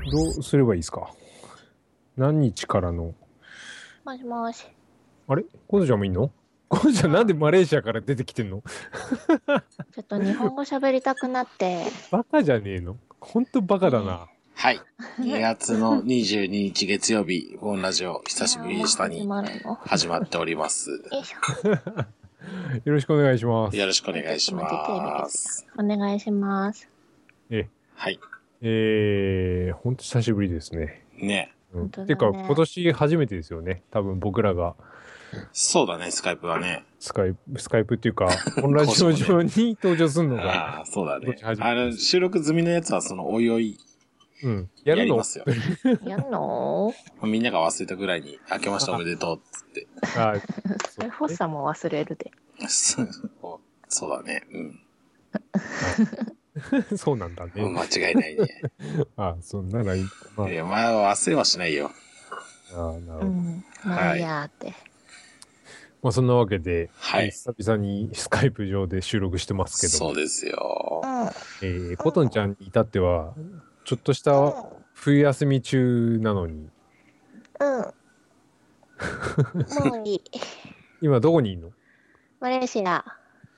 どうすればいいですか？何日からの。 もしもし。 あれコズちゃんもいんの？コズちゃんなんでマレーシアから出てきてんの？ ちょっと日本語喋りたくなって。 バカじゃねえの？ほんとバカだな。 はい。2月の22日月曜日、ボンラジオ、久しぶりもうでしたに始まるの？ 始まっております。 よいしよろしくお願いしまよろす。 しくお願いしょ。ちょっと待って、テレビまですす。 よ。お願いします。 え、 はい。 ほんと久しぶりですね。 ね。 本当てか、 だね。 今年初めてですよね。多分僕らがそうだね、スカイプはね。 スカイプっていうか、オンラジオ上に登場するのが、 ああ、そうだね。 今年初めてです。 収録済みのやつはおいおいうん。やるの？ やりますよ。 やんの？ みんなが忘れたぐらいに、明けましておめでとうっつって。 あ、 それ、フォッサも忘れるで。 そうだね。 そうなんだね。 間違いないね。 あ、そんならいいか。まあ、 いや、忘れはしないよ。 なるほど。 まあいいやーって。 まあそんなわけで、 はい久々にスカイプ上で収録してますけども、 そうですよ。 コトンちゃんに至っては、ちょっとした冬休み中なのに、 もういい。 今どこにいるの？ マレーシア、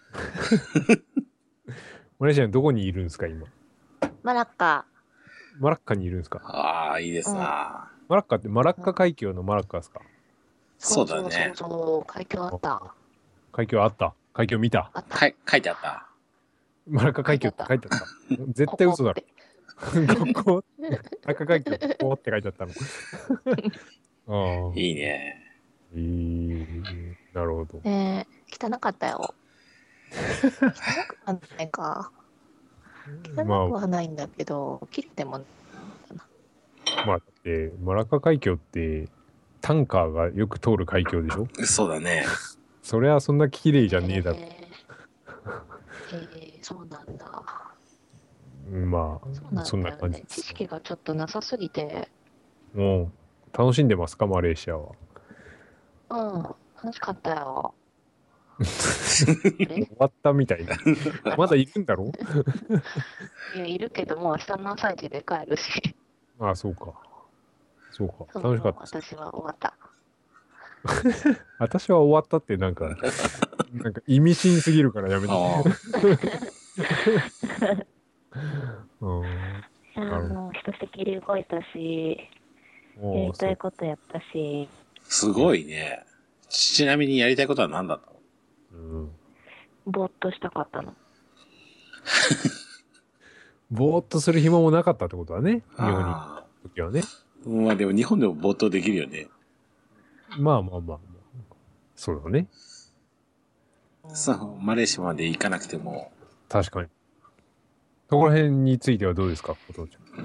マレーシアのどこにいるんですか、今。 マラッカ。 マラッカにいるんですか？ ああ、いいですな。 マラッカってマラッカ海峡のマラッカですか？ そうだね。 そう、海峡あった。 海峡あった。海峡見た。 あった。 書いてあった。 マラッカ海峡って書いてあった。絶対嘘だろ。ここ、マラッカ海峡ここって書いてあったの。ああ。 いいね。 なるほど。 汚かったよ。汚くはないか。汚くはないんだけど、切れてもまあ、だって、マラッカ海峡って、タンカーがよく通る海峡でしょ？ そうだね。 そりゃそんな綺麗じゃねえだろ。 そうなんだ。 まあ、そんな感じね。知識がちょっとなさすぎて。 もう、楽しんでますか、マレーシアは。 楽しかったよ。 終わったみたいな。まだいるんだろ？ いや、いるけど、もう明日の朝一で帰るし。 ああ、そうか。そうか。楽しかった。 私は終わった。 私は終わったってなんか意味深すぎるからやめて。 ひとしきり動いたし、やりたいことやったし。 すごいね。ちなみにやりたいことは何だったの？ ぼーっとしたかったの。 ぼーっとする暇もなかったってことはね。日本に行く時はね。 まあでも日本でもぼーっとできるよね。 まあ。そうだね。 マレーシアまで行かなくても。 確かに。そこら辺についてはどうですか、お父ちゃん。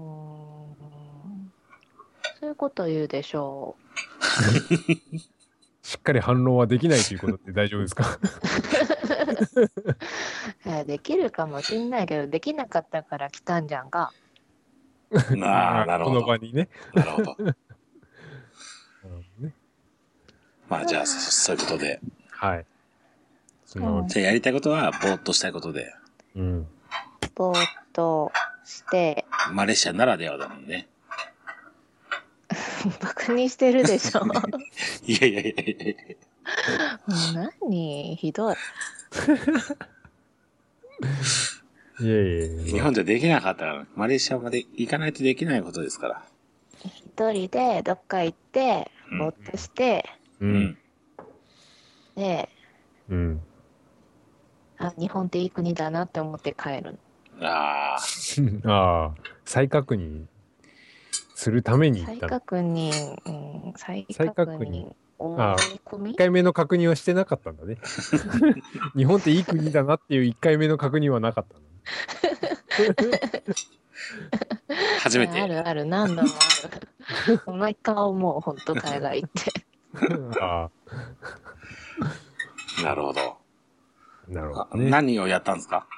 そういうこと言うでしょう。しっかり反論はできないということって大丈夫ですか？ できるかもしんないけど、できなかったから来たんじゃんか。 なるほど。 この場にね。 なるほど。まあじゃあ、そういうことで。 はい。 じゃあやりたいことは、ぼーっとしたいことで。 ぼーっとして。 マレーシアならではだもんね。 バカにしてるでしょ。 いや。 何ひどい。 いや。 日本じゃできなかったら、マレーシアまで行かないとできないことですから。 一人でどっか行って、ぼーっとして、で、日本っていい国だなって思って帰るの。ああ。再確認するために行った。 再確認。 1回目の確認はしてなかったんだね。日本っていい国だなっていう1回目の確認はなかったの。 初めて。 ある、何度もある。毎回思う、ほんと海外行って。 なるほど。 なるほどね。 何をやったんですか？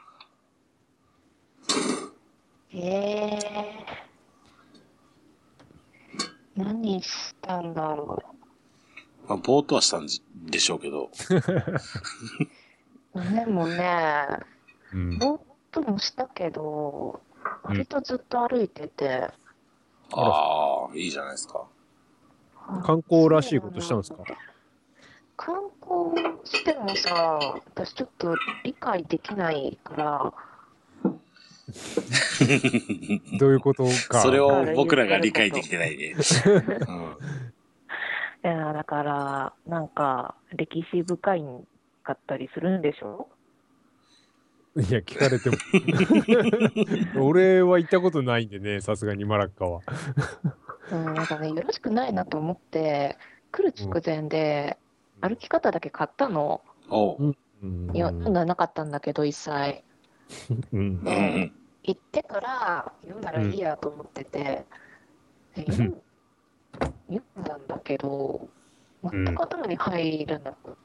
何したんだろう。まあ、ぼーっとはしたんでしょうけど。 でもね、ぼーっともしたけど、割とずっと歩いてて。 ああ、いいじゃないですか。 観光らしいことしたんですか？ 観光してもさ、私ちょっと理解できないから、 どういうことか。 それを僕らが理解できてないね。うん、 いや、だから、なんか、歴史深いかったりするんでしょ？ いや、聞かれても。俺は行ったことないんでね、さすがにマラッカは。 なんかね、よろしくないなと思って、来る直前で、歩き方だけ買ったの。 おう。 いや、読んだなかったんだけど、一切。 うん。 うんうで、 ん。 行ってから読んだらいいやと思ってて、で読んだんだけど、全く頭に入らなくって、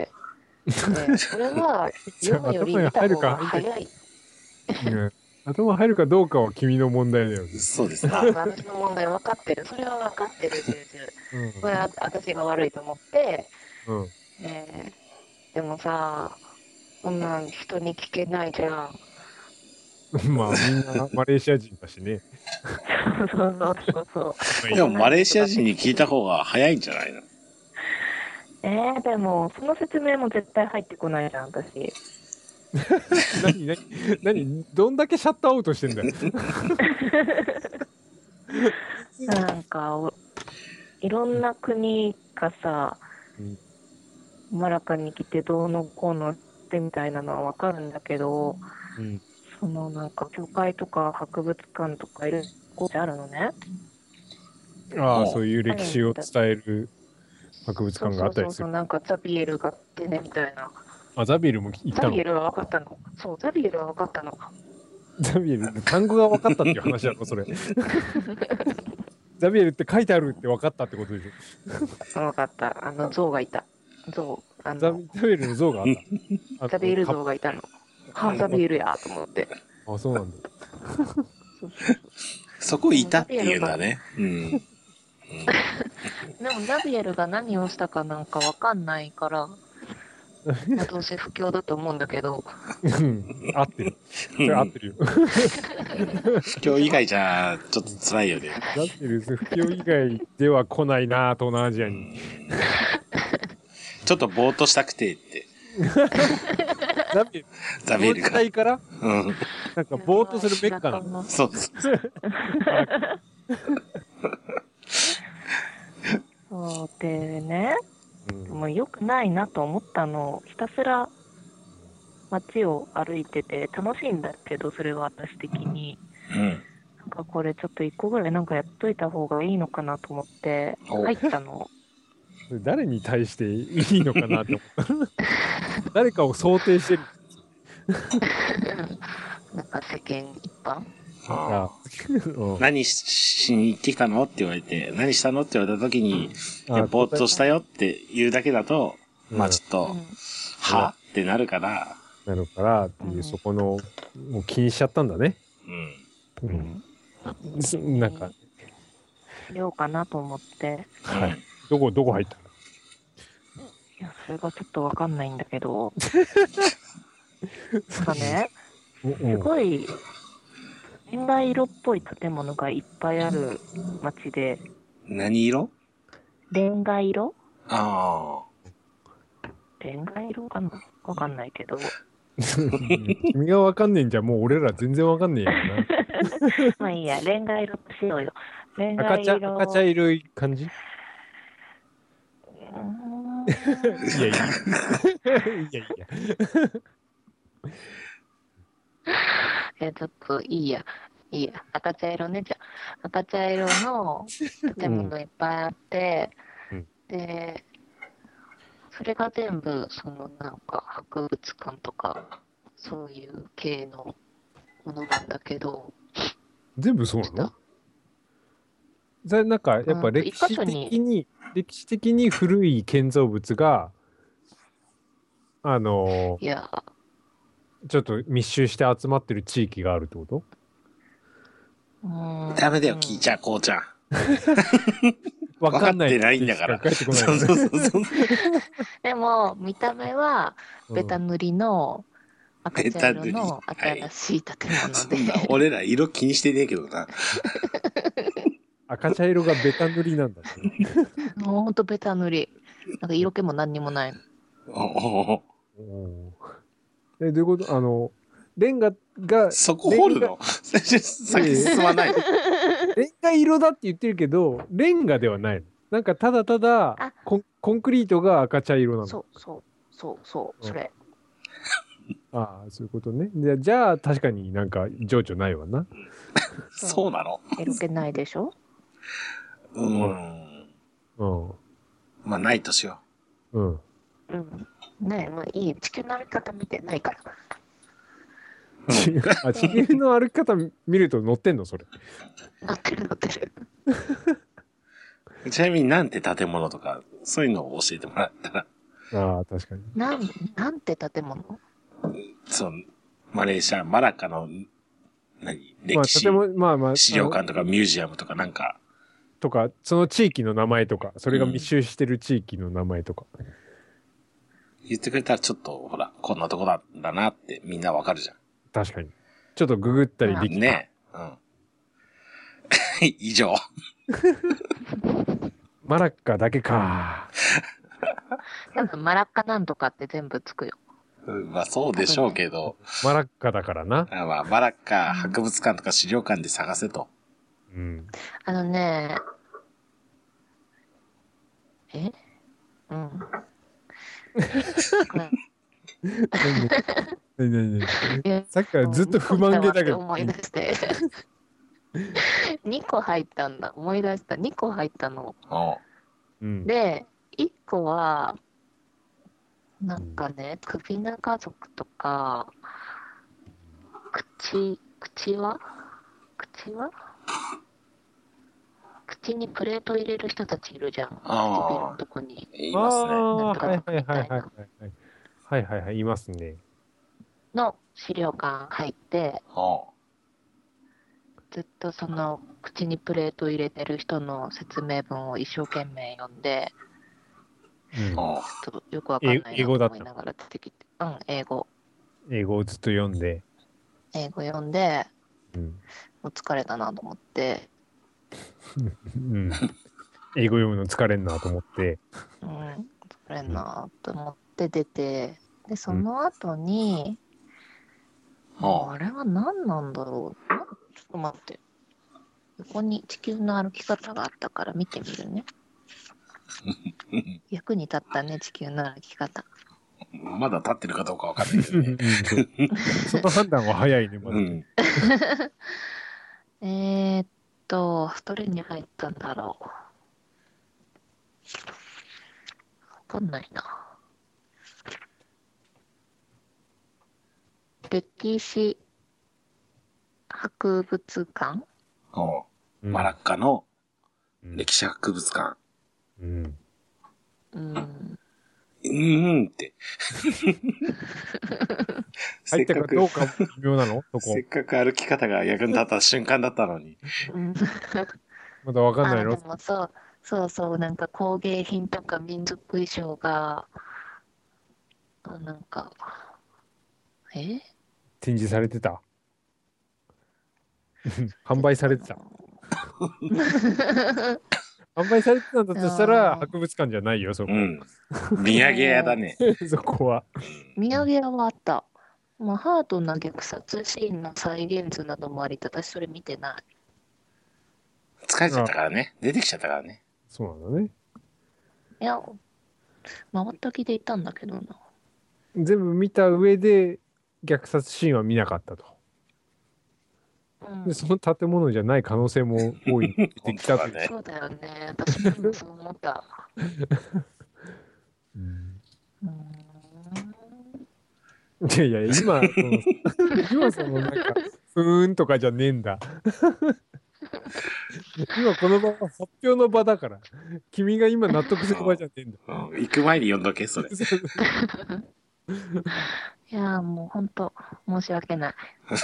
で、これは読むより頭に見た方が入るか入早い。 るか、頭入るかどうかは君の問題だよね。 そうですね。 私の問題分かってる。それは分かってる、重々。 うん。 これは私が悪いと思って、 うん。 でもさ、こんなん人に聞けないじゃん。 まあ、みんなマレーシア人だしね。 そうそうそうそう。 でもマレーシア人に聞いた方が早いんじゃないの？ でも、その説明も絶対入ってこないじゃん、私。 何どんだけシャットアウトしてんだよ。 なんか、いろんな国がさ、マラカに来てどうのこうのってみたいなのはわかるんだけど、 うん。 そのなんか教会とか博物館とかいろいろこうあるのね。 ああ、 おうそういう歴史を伝える博物館があったりする。 なんかザビエルがあってねみたいな。 あ、ザビエルも行ったの？ ザビエルは分かったの。そう、ザビエルは分かったの。 ザビエル、単語が分かったっていう話だろ、それ。ザビエルって書いてあるって分かったってことでしょ。 分かった。象がいた。象。 ザビエルの像があった。 ザビエル像がいたの。はあ、ザビエルやと思って。 あ、そうなんだ。 そこいたっていうんだね。うん。 でもザビエルが何をしたかなんかわかんないから、まあ、どうせ不況だと思うんだけど。 合ってる。それ合ってるよ。 不況以外じゃちょっと辛いよね。 ザビエル、不況以外では来ないな、東南アジアに。 ちょっとぼーっとしたくてって。 ザビエル。 ザビエルが。 その時代からうん。 なんかぼーっとするメッカなの。 そうそう。 そうでね、もう良くないなと思ったの。ひたすら街を歩いてて楽しいんだけど、それは私的に。 うん。 なんかこれちょっと一個ぐらいなんかやっといた方がいいのかなと思って入ったの。 誰に対していいのかなって思った。誰かを想定してる。 なんか世間一般。 何しに行ってきたのって言われて、何したのって言われた時に、ぼーっとしたよって言うだけだと、まあちょっと、はってなるから。 なるからっていう、そこの、もう気にしちゃったんだね。うん。なんか。 しようかなと思って。 はい。どこ入ったの？ いや、それがちょっとわかんないんだけど。なんかね、すごい、レンガ色っぽい建物がいっぱいある街で。 何色？ レンガ色？ ああ。レンガ色かな？わかんないけど。 君がわかんねえんじゃ、もう俺ら全然わかんねえよな。 まあいいや、レンガ色としようよ。レンガ色。 赤茶色い感じ？いやいや。いやいや。ちょっといいや。いいや。赤茶色ね。じゃあ赤茶色の建物いっぱいあって、で、それが全部、なんか博物館とか、そういう系のものなんだけど。 全部そうなの？なんか、やっぱ歴史的に古い建造物が、いや、ちょっと密集して集まってる地域があるってこと？ ダメだよ、聞いちゃこうちゃん。 わかんない。 分かってないんだから。 帰ってこない。 そうそうそう。 でも、見た目は、ベタ塗りの赤茶色の新しい建物で。 俺ら色気にしてねえけどな。 赤茶色がベタ塗りなんだね。 ほんとベタ塗り。なんか色気も何にもない。 おどういうことレンガが、 そこ掘るの先進まない。 レンガ色だって言ってるけど、レンガではないの。なんかただただコンクリートが赤茶色なの。 そう、それ。 ああ、そういうことね。じゃあ確かになんか情緒ないわな。 そうなの？ 色気ないでしょ？ うん。 まあ、ないとしよう。 うん。ねえ、もういい。地球の歩き方見てないから。 地球の歩き方見ると乗ってんのそれ。 乗ってる。 ちなみになんて建物とか、そういうのを教えてもらったら。 ああ、確かに。 なんて建物？ そう、マレーシア、マラカの、歴史、資料館とかミュージアムとかなんか。 とか、その地域の名前とか、それが密集してる地域の名前とか。 言ってくれたらちょっと、ほら、こんなとこなんだなってみんなわかるじゃん。 確かに。ちょっとググったりできる。 ねえ。以上。 マラッカだけか。 多分マラッカなんとかって全部つくよ。 まあそうでしょうけど。 マラッカだからな。 まあマラッカ博物館とか資料館で探せと。 うん。 うん。 さっきからずっと不満げだけど。 思い出して。2個入ったんだ。思い出した。2個入ったの。で、1個は、なんかね、首長族とか、口にプレート入れる人たちいるじゃん。唇のとこに。 いますね。 はい、いますね。 の資料館入って、ずっとその口にプレート入れてる人の説明文を一生懸命読んで、ちょっとよくわかんないなと思いながら出てきて。英語。 英語をずっと読んで。 英語読んで、もう疲れたなと思って。 英語読むの疲れんなと思って。 疲れんなと思って出て、で、その後に、あれは何なんだろう。ちょっと待って。ここに地球の歩き方があったから見てみるね。役に立ったね、地球の歩き方。 まだ立ってるかどうかわかんないけどね。 その判断は早いね、まだ。 どれに入ったんだろう。わかんないな。歴史博物館？ マラッカの歴史博物館。って。 入ったかどうか微妙なの？ せっかく歩き方が役に立った瞬間だったのに。 まだわかんないの？ でもそう、なんか工芸品とか民族衣装が、なんか、 展示されてた？販売されてた？販売されてたんだとしたら博物館じゃないよ、そこ。 土産屋だね。 そこは。 土産屋はあった。まあ、ハードな虐殺シーンの再現図などもあり、私それ見てない。 疲れちゃったからね。出てきちゃったからね。 そうなんだね。 いや、回った気でいたんだけどな。 全部見た上で虐殺シーンは見なかったと。でその建物じゃない可能性も多い出てきたという。 そうだよね。私もそう思った。 いや、今そのなんか、ふーんとかじゃねえんだ。今この場は発表の場だから、君が今納得する場じゃねえんだ。 行く前に読んどけ、それ。 いやもう本当申し訳ない。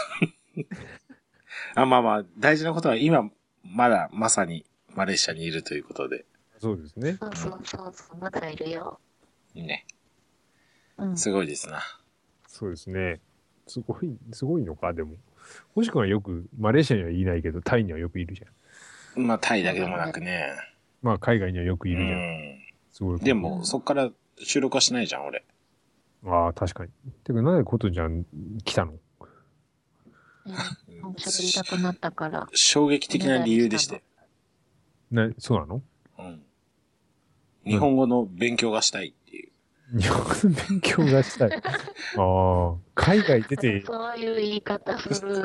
まあ、大事なことは今、まだまさにマレーシアにいるということで。 そうですね。 そう、まだいるよ。 ね。すごいですな。 そうですね。すごいのか、でも。星君はよく、マレーシアにはいないけど、タイにはよくいるじゃん。 まあ、タイだけでもなくね。 まあ、海外にはよくいるじゃん。すごい。 でも、そっから収録はしないじゃん、俺。 ああ、確かに。てか、なんでことじゃん来たの？ 喋りたくなったから。 衝撃的な理由でして。 そうなの？ うん。日本語の勉強がしたいっていう。 日本語の勉強がしたい。ああ、海外出て。 そういう言い方する。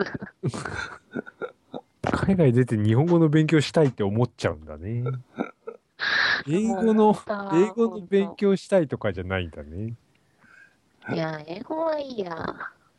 海外出て日本語の勉強したいって思っちゃうんだね。英語の勉強したいとかじゃないんだね。 いや、英語はいいや。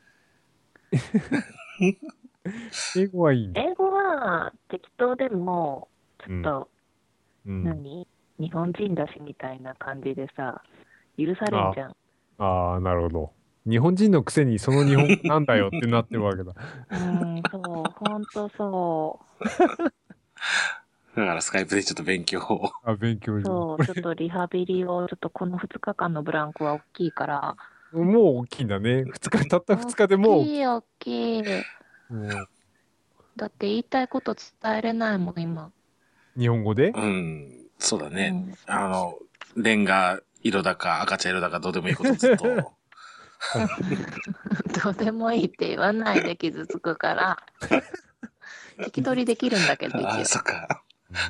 英語はいいんだ。 英語は適当でも、ちょっと、日本人だしみたいな感じでさ、許されんじゃん。 ああ、なるほど。日本人のくせにその日本語なんだよってなってるわけだ。 そう、ほんとそう。 だからスカイプでちょっと勉強を。 勉強そう、ちょっとリハビリを、ちょっとこの2日間のブランクは大きいから。 もう大きいんだね。たった2日でもう。 大きい。だって言いたいこと伝えれないもん、今。 日本語で？ そうだね。レンガ色だか赤茶色だかどうでもいいことずっと。 どうでもいいって言わないで傷つくから。聞き取りできるんだけど、 ああ、そっか。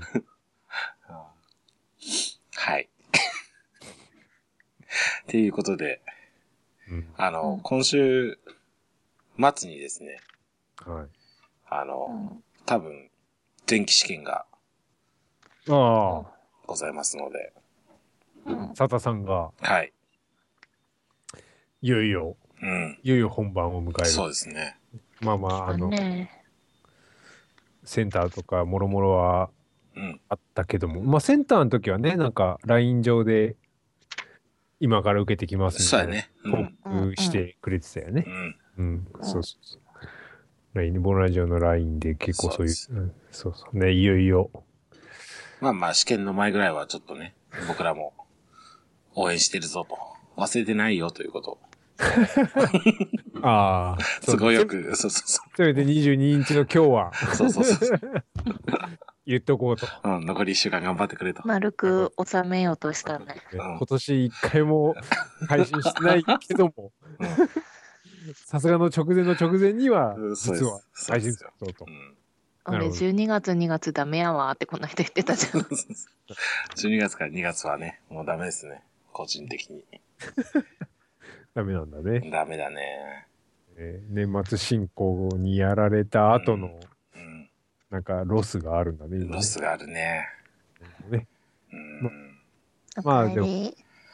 はい。っていうことで、今週末にですね、多分、前期試験が、ございますので、 佐田さんが、 はい。 いよいよ本番を迎える。 そうですね。 まあ、センターとかもろもろはあったけども、まあセンターの時はね、なんか LINE 上で今から受けてきますみたいな報告してくれてたよね。そうそうそう。LINE、ボンラジオの LINE で結構そういう、そうそうね、いよいよ。 まあ試験の前ぐらいはちょっとね、僕らも応援してるぞと。忘れてないよということを。 ああ。 すごいよく、そう。 せめて22日の今日は。 そう。 言っとこうと。 残り1週間頑張ってくれと。 丸く収めようとしたね。 今年1回も配信してないけども。さすがの直前には、実は配信するぞと。 俺12月2月ダメやわってこの人言ってたじゃん。 12月から2月はね、もうダメですね。個人的に。 ダメなんだね。 ダメだね。 年末進行にやられた後の、なんかロスがあるんだね、 ロスがあるね。 まあでも。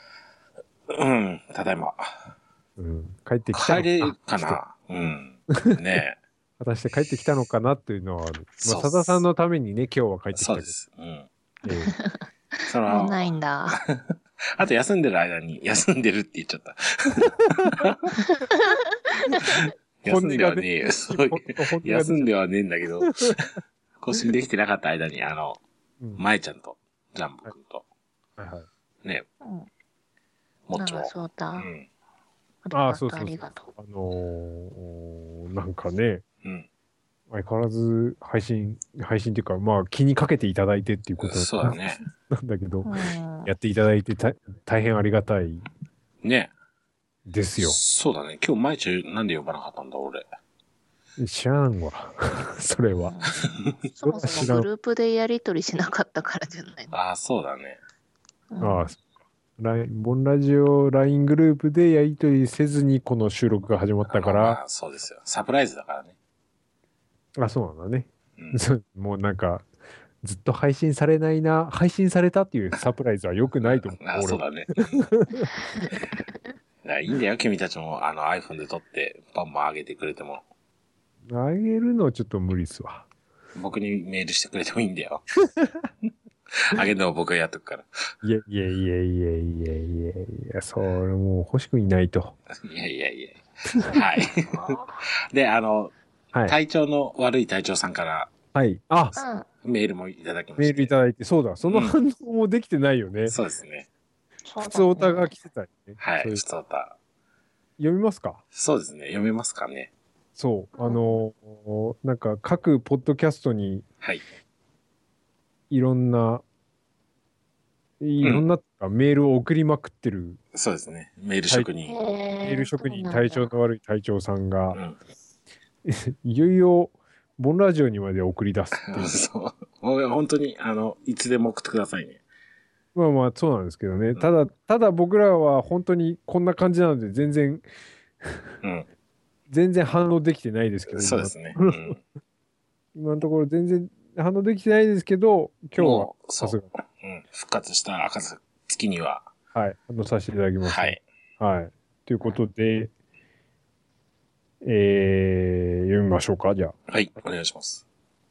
ただいま。 帰ってきたのか。 帰れるかな。ねえ。 果たして帰ってきたのかなっていうのはある。まあ、佐田さんのためにね、今日は帰ってきたけど。 そうです。もうないんだ。 あと休んでる間に、休んでるって言っちゃった。休んではねえよ。休んではねえんだけど、更新できてなかった間に、まえちゃんと、ジャンボくんと、ね、もっちも。 そうだ。 そう。ありがとう。なんかね、相変わらず配信っていうか、まあ気にかけていただいてっていうことそうだね。 なんだけど、やっていただいて大変ありがたい。 ね。 ですよ。 そうだね。今日まえちゃんなんで呼ばなかったんだ、俺。 知らんわ。それは。 そもそもグループでやりとりしなかったからじゃないの。 ああ、そうだね。 ボンラジオ LINE グループでやりとりせずにこの収録が始まったから。 そうですよ。サプライズだからね。 そうなんだね。もうなんか、ずっと配信されないな、配信されたっていうサプライズは良くないと思う。 そうだね。いいんだよ、君たちもiPhone で撮ってバンバン上げてくれても。 上げるのはちょっと無理っすわ。 僕にメールしてくれてもいいんだよ。上げるのは僕がやっとくから。 いや、それもう欲しくいないと。 いや。はい。で、体調の悪い隊長さんから、 はい。 メールもいただきました。 メールいただいて、そうだ、その反応もできてないよね。 そうですね。 普通オタが来てたよね。 はい、普通オタ。 読みますか？ そうですね、読めますかね。 そう、なんか各ポッドキャストに、 いろんなメールを送りまくってる。 そうですね。メール職人。 メール職人、体調の悪い隊長さんが、いよいよ、ボンラジオにまで送り出すっていう。 そう。本当に、いつでも送ってくださいね。 まあまあ、そうなんですけどね。ただ僕らは本当にこんな感じなので、全然、全然反応できてないですけど。 そうですね。 今のところ全然反応できてないですけど、今日は、さすが。 復活した暁には。 はい。させていただきます。はい。はい。ということで、読みましょうか、じゃあ。 はい、お願いします。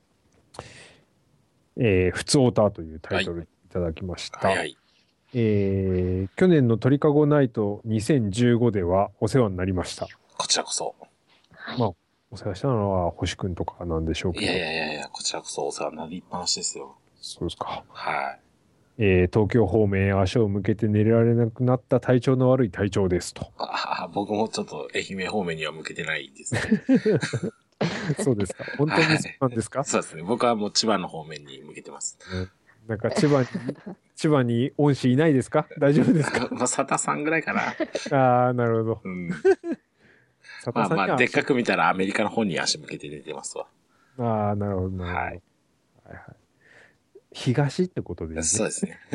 ふつおたというタイトルいただきました。去年の鳥かごナイト2015ではお世話になりました。 こちらこそ。 まあ、お世話したのは星くんとかなんでしょうけど。 いや、こちらこそお世話になりっぱなしですよ。 そうですか。 はい。 東京方面へ足を向けて寝られなくなった体調の悪い隊長ですと。 僕もちょっと愛媛方面には向けてないですね。 そうですか。本当にそうなんですか？ そうですね。僕はもう千葉の方面に向けてます。 なんか千葉に恩師いないですか？大丈夫ですか？ 佐田さんぐらいかな。 ああ、なるほど。 まあ、でっかく見たらアメリカの方に足向けて寝てますわ。 ああ、なるほど、 はい。 東ってことで、 そうですね。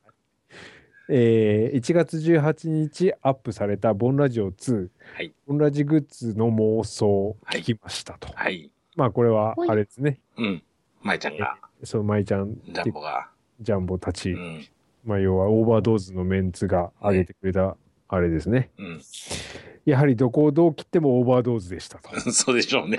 1月18日アップされたボンラジオ2、ボンラジグッズの妄想聞きましたと。まあこれはあれですね。 舞ちゃんが。 そう、舞ちゃん。 ジャンボが。 ジャンボたち。まあ要はオーバードーズのメンツが上げてくれたあれですね。やはりどこをどう切ってもオーバードーズでしたと。 そうでしょうね。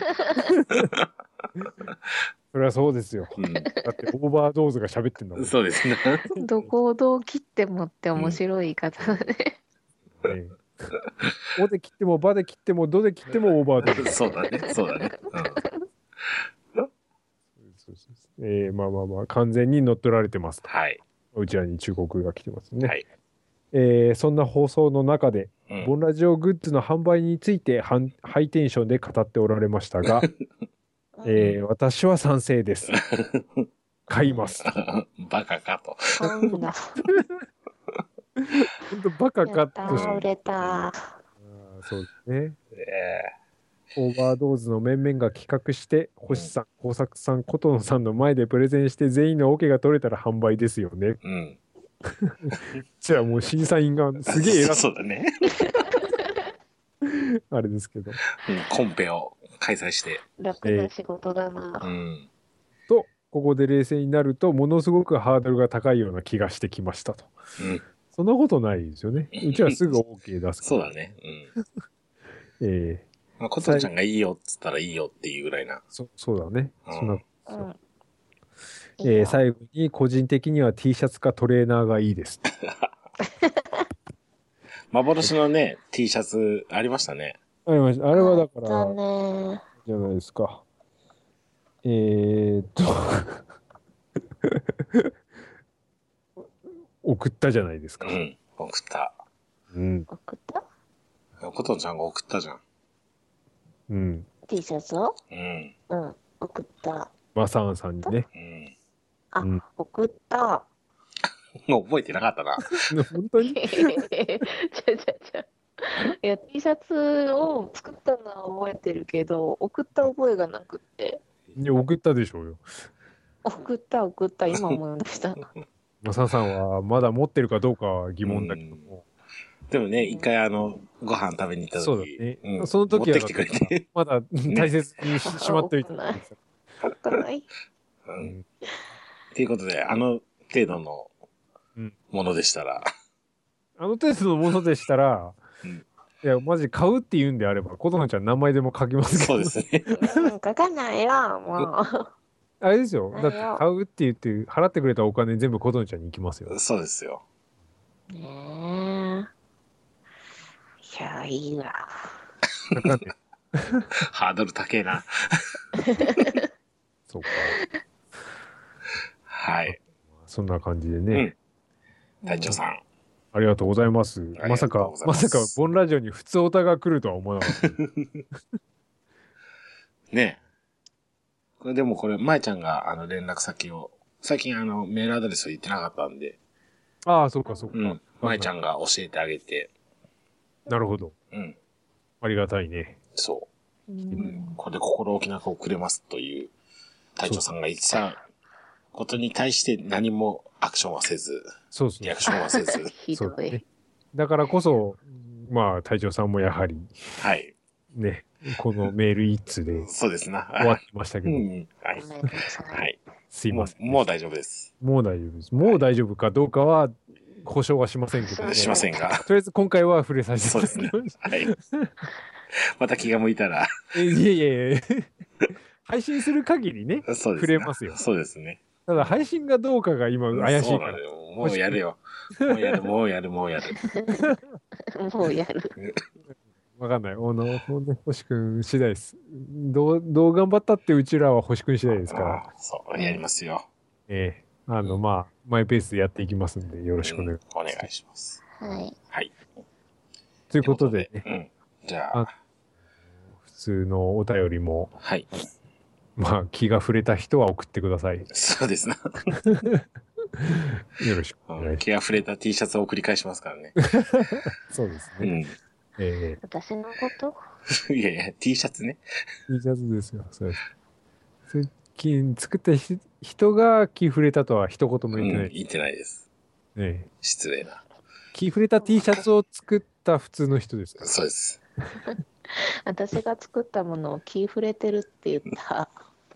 それはそうですよ。だってオーバードーズが喋ってんだもん。 そうですね。 どこをどう切ってもって面白い言い方だね。 おで切ってもばで切ってもどで切ってもオーバードーズ。 そうだね。そうだね。 まあまあまあ、完全に乗っ取られてますと。 はい。 うちらに忠告が来てますね。 はい。 そんな放送の中で、ボンラジオグッズの販売についてハイテンションで語っておられましたが、私は賛成です。買います。 バカかと。 本当バカかと。 売れた。 そうですね。オーバードーズの面々が企画して、星さん、工作さん、琴野さんの前でプレゼンして全員の OK が取れたら販売ですよね。じゃあもう審査員がすげえ偉そうだね。 あれですけど。 コンペを開催して。 楽な仕事だな。 と、ここで冷静になると、ものすごくハードルが高いような気がしてきましたと。そんなことないですよね。うちはすぐ OK 出すから。 そうだね。まあ、琴ちゃんがいいよっつったらいいよっていうぐらいな。 そうだね。そんな最後に個人的には T シャツかトレーナーがいいです。 幻のね、T シャツありましたね。 ありました。あれはだから、じゃないですか。送ったじゃないですか。 送った。 送った琴ちゃんが送ったじゃん。 T シャツを送った。 マサーンさんにね。 送った。 覚えてなかったな。 本当にいや、T シャツを作ったのは覚えてるけど、送った覚えがなくって。 いや、送ったでしょうよ。 送った、今思い出した。 マサさんはまだ持ってるかどうかは疑問だけども。 でもね、一回ご飯食べに行った時。 そうだね。その時はまだ大切にしまっておいて。 送ったない。 っていうことで、程度のものでしたら。 あの程度のものでしたら、いや、マジ買うって言うんであれば、琴乃ちゃん何枚でも書きますけど。 そうですね。 書かないよ、もう。 あれですよ。だって買うって言って払ってくれたお金全部琴乃ちゃんに行きますよ。 そうですよ。 ねえ。いや、いいわ。 ハードル高えな。 そうか。 はい。 そんな感じでね。 隊長さん。 ありがとうございます。まさか、ボンラジオに普通オタが来るとは思わなかった。 ねえ。でもこれ、舞ちゃんが連絡先を最近メールアドレスを言ってなかったんで。 ああ、そうか、そうか。 まえちゃんが教えてあげて。 なるほど。ありがたいね。 そう。これで心置きなく送れますという、隊長さんが言ってたことに対して何もアクションはせず。そうそう。リアクションはせず。 ひどい。 だからこそ、まあ、隊長さんもやはり。 はい。 ね、このメール一通で。 そうですな。 終わってましたけど。はい。 はい。 すいません。 もう大丈夫です。 もう大丈夫です。もう大丈夫かどうかは、保証はしませんけど。 しませんが。 とりあえず今回は触れさせていただきました。 そうですね。はい。また気が向いたら。 いえ。配信する限りね、触れますよ。 そうですね。 ただ配信がどうかが今怪しいから。 もうやるよ。もうやる。 もうやる。 わかんない。星くん次第です。どう頑張ったってうちらは星くん次第ですから。 そう、やりますよ。 まあ、マイペースでやっていきますんで、よろしくお願いします。 お願いします。 はい。 はい。 ということでね。 じゃあ。 普通のお便りも。 はい。 まあ、気が触れた人は送ってください。 そうですな。 よろしく。 気が触れた T シャツを繰り返しますからね。 そうですね。 私のこといや、T シャツね。 T シャツですよ。そうです。作った人が気触れたとは一言も言ってない。 言ってないです。失礼な。 気触れた T シャツを作った普通の人ですから。 そうです。 私が作ったものを気触れてるって言った。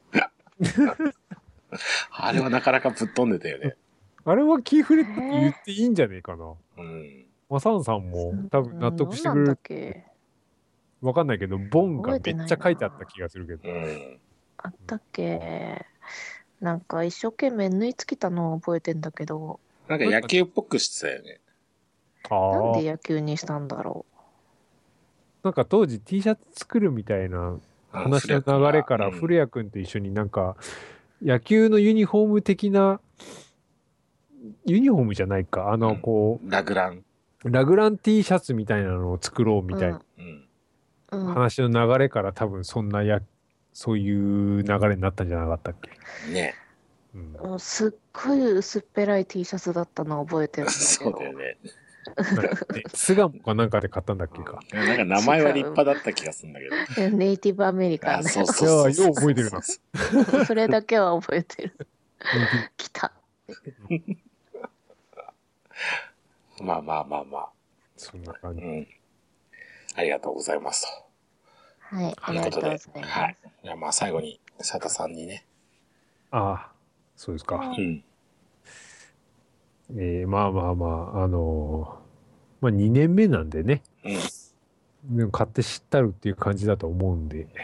あれはなかなかぶっ飛んでたよね。 あれは気触れたって言っていいんじゃねえかな。マサンさんも多分納得してくれる。わかんないけど、ボンがめっちゃ書いてあった気がするけど。 あったっけ。なんか一生懸命縫い付けたのを覚えてんだけど。 なんか野球っぽくしてたよね。 なんで野球にしたんだろう。 なんか当時 T シャツ作るみたいな話の流れから古谷くんと一緒になんか野球のユニフォーム的な、ユニフォームじゃないか、こう、 ラグラン T シャツみたいなのを作ろうみたいな話の流れから多分そういう流れになったんじゃなかったっけね。 すっごい薄っぺらい T シャツだったのを覚えてるんだけど。 そうだよね。 巣鴨かなんかで買ったんだっけか。 なんか名前は立派だった気がするんだけど。 ネイティブアメリカンだよ。 そう。よう覚えてるな。 それだけは覚えてる。来た。 まあ。 そんな感じ。 ありがとうございますと。はい、ありがとうございます。 はい。じゃあまあ最後に、佐田さんにね。 ああ、そうですか。まあ、2年目なんでね。でも買って知ったるっていう感じだと思うんで。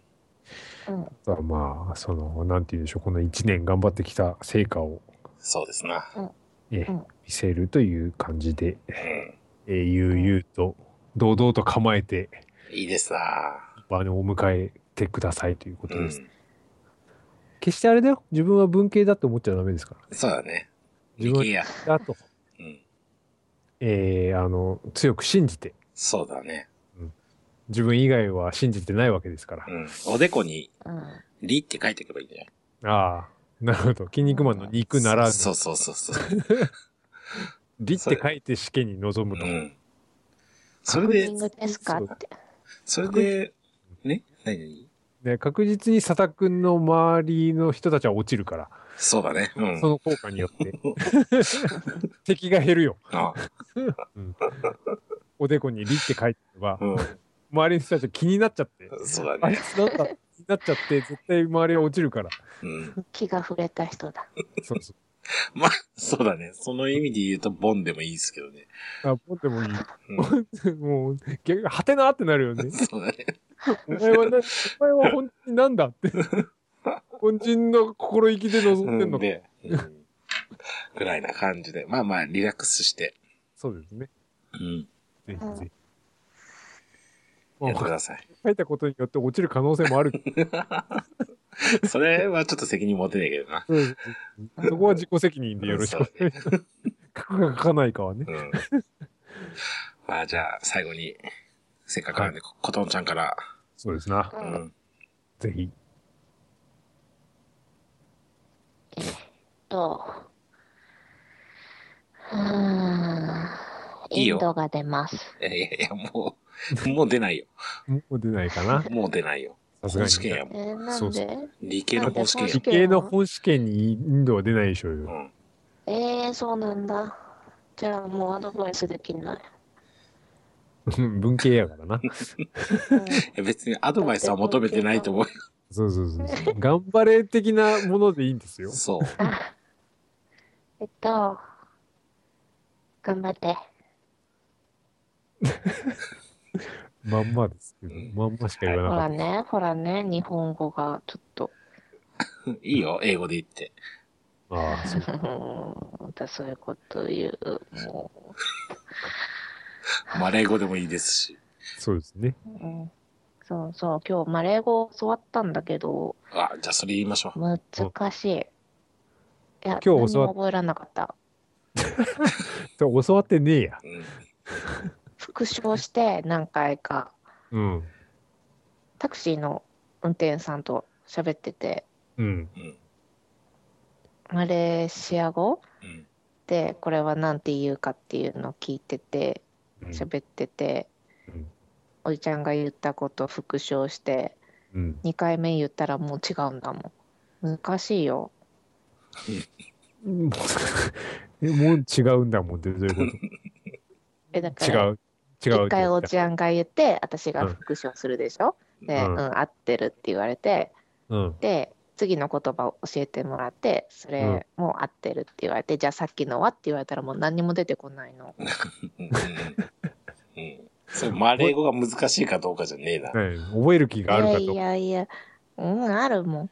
まあ、なんて言うんでしょう、この1年頑張ってきた成果を。 そうですな。 見せるという感じで、悠々と、堂々と構えて、 いいですな。 場にお迎えてくださいということです。決してあれだよ。自分は文系だって思っちゃダメですから。 そうだね。 自分はだと。強く信じて。 そうだね。 自分以外は信じてないわけですから。 おでこに、リって書いていけばいいんじゃない？ ああ、なるほど。筋肉マンの肉ならず。 そう。 リって書いて試験に臨むと。 それで、それで、ね？何？ で、確実に佐田くんの周りの人たちは落ちるから。 そうだね。 その効果によって。敵が減るよ。おでこにリって書いてれば、周りの人たちは気になっちゃって。 そうだね。 あいつなんだ気になっちゃって、絶対周りは落ちるから。 気が触れた人だ。 そう。 まあ、そうだね。その意味で言うと、ボンでもいいですけどね。 ボンでもいい。もう、逆に、はてなってなるよね。 そうだね。 お前は本当になんだって。本人の心意気で臨んでんのか。 ぐらいな感じで。まあ、リラックスして。 そうですね。ぜひ。 やってください。 書いたことによって落ちる可能性もある。 それはちょっと責任持てないけどな。 そこは自己責任でよろしくお願いします。書くか書かないかはね。 まあじゃあ最後に、せっかくなんで、ことんちゃんから。 そうですな。ぜひ。 インドが出ます。 いやいや、もう出ないよ。 もう出ないかな。 もう出ないよ。本試験やもん。 なんで理系の本試験や理系の本試験にインドは出ないでしょうよ。 そうなんだ。じゃあもうアドバイスできない。 文系やからな。 別にアドバイスは求めてないと思うよ。 そう。頑張れ的なものでいいんですよ。 そう。 頑張って。 まんまですけど、まんましか言わなかった。 ほらね、日本語がちょっと。 いいよ、英語で言って。 ああ、そう。 またそういうこと言う。もう。マレー語でもいいですし。 そうですね。 そう、今日マレー語教わったんだけど。 じゃあそれ言いましょう。 難しい。いや、 今日何も覚えらなかった。 教わってねえや。 復唱して何回か。タクシーの運転手さんと喋ってて。マレーシア語、でこれは何て言うかっていうのを聞いてて喋ってて、おじちゃんが言ったことを復唱して、2回目言ったらもう違うんだもん。難しいよ。 もう違うんだもんってどういうこと？ だから違う。1回おじちゃんが言って私が復唱するでしょ。で、合ってるって言われて、で次の言葉を教えてもらって、それも合ってるって言われて、じゃあさっきのはって言われたらもう何にも出てこないの。 それマレー語が難しいかどうかじゃねえな。 覚える気があるかと。 いや、あるもん。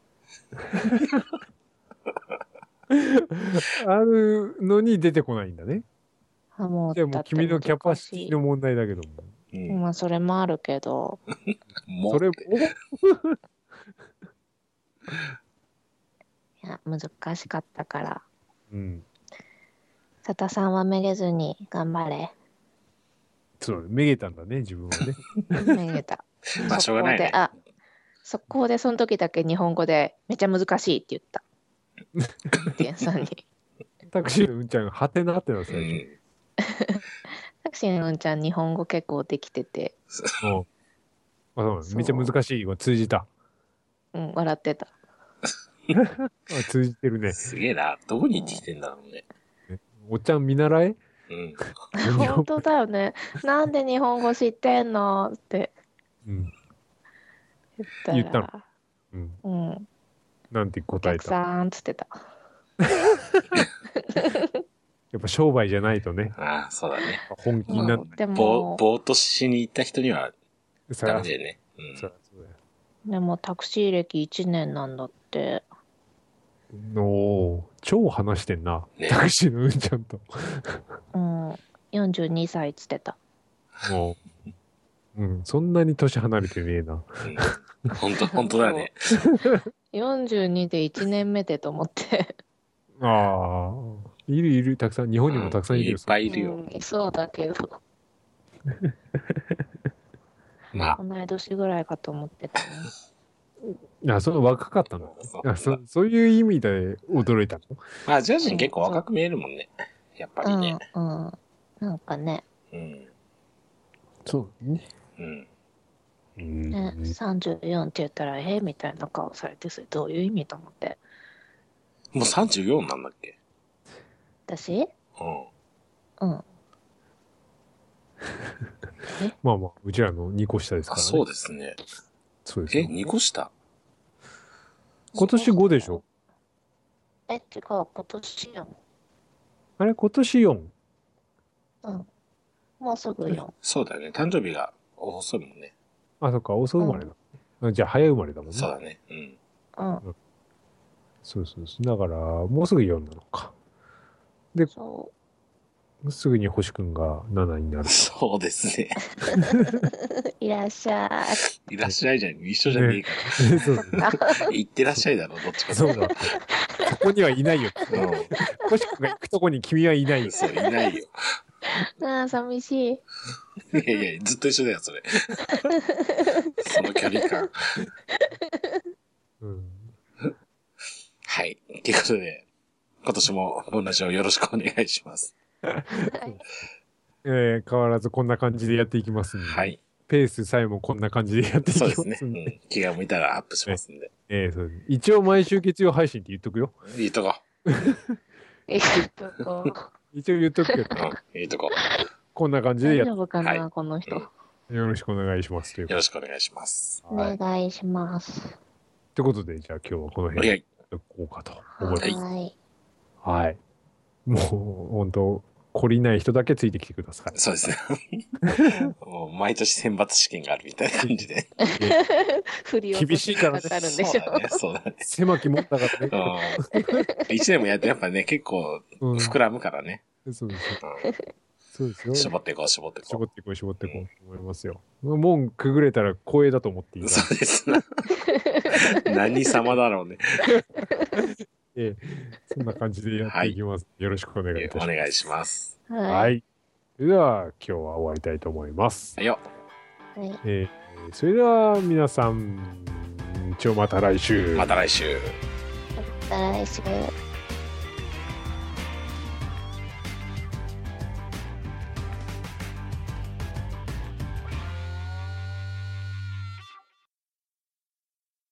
あるのに出てこないんだね。じゃあもう君のキャパシティの問題だけども。 まあそれもあるけど。 それもいや、難しかったから。佐田さんはめげずに頑張れ。 そう、めげたんだね、自分はね。めげた。 まあしょうがないね。 速攻でその時だけ日本語でめちゃ難しいって言った。店さんに。 タクシーのうんちゃんがはてなってな最初。 タクシーのうんちゃん日本語結構できてて。 めっちゃ難しいわ、通じた。 笑ってた。 通じてるね。 すげえな。どこに行ってきてんだろうね。 おっちゃん見習え？ 本当だよね。なんで日本語知ってんのって。 言ったの。なんて答えた？ お客さんつってた。 やっぱ商売じゃないとね。 ああ、そうだね。 本気になって。 ぼーっとしに行った人にはダメだよね。 でもタクシー歴1年なんだって。 超話してんな。タクシーのうんちゃんと。 42歳っつってた。 そんなに年離れてねえな。 本当だね。 42で1年目でと思って。 ああ、いる、たくさん、日本にもたくさんいるよ。 いっぱいいるよ。 そうだけど。同い年ぐらいかと思ってたね。 その若かったの？そういう意味で驚いたの？ まあ、ジャージン結構若く見えるもんね。やっぱりね。 なんかね。 そうね。 34って言ったら、みたいな顔されて、それどういう意味と思って。 もう34なんだっけ？ 私？ まあ、うちらの2個下ですからね。 そうですね。 そうです。 2個下？ 今年5でしょ？ 違う、今年4。 あれ、今年 4？ もうすぐ4。 そうだよね。誕生日が遅いもんね。 そっか、遅生まれだ。じゃあ、早生まれだもんね。 そうだね。 そう。だから、もうすぐ4なのか。で、すぐに星くんが7になる。 そうですね。 いらっしゃい。 いらっしゃいじゃん。一緒じゃねえから。行ってらっしゃいだろ、どっちか。 そうだ。そこにはいないよ。星くんが行くとこに君はいないよ。 そう、いないよ。 寂しい。 いや、ずっと一緒だよ、それ。その距離感。はい。ということで、 今年もボンラジオよろしくお願いします。 変わらずこんな感じでやっていきますんで。はい。ペースさえもこんな感じでやっていきますんで。そうですね。 気が向いたらアップしますんで。 そうです。一応毎週月曜配信って言っとくよ。 いいとこ。 言っとこ一応言っとくけど。 いいとこ。 こんな感じでやって。大丈夫かな、この人。 よろしくお願いします。 よろしくお願いします。 お願いします。 ということで、じゃあ今日はこの辺でいこうかと思います。はい。もう、本当懲りない人だけついてきてください。 そうですね。もう毎年選抜試験があるみたいな感じで。 厳しいからね。 そうだね。 狭きもんだからね。一年もやってやっぱね、結構膨らむからね。 そうですよ。そうですよ。 絞っていこう。 絞っていこうと思いますよ。門くぐれたら光栄だと思っていい。 そうですな。何様だろうね。 そんな感じでやっていきます。よろしくお願いいたします。 お願いします。 はい。それでは今日は終わりたいと思います。 はいよ。 それでは皆さん、また来週。 また来週。 また来週。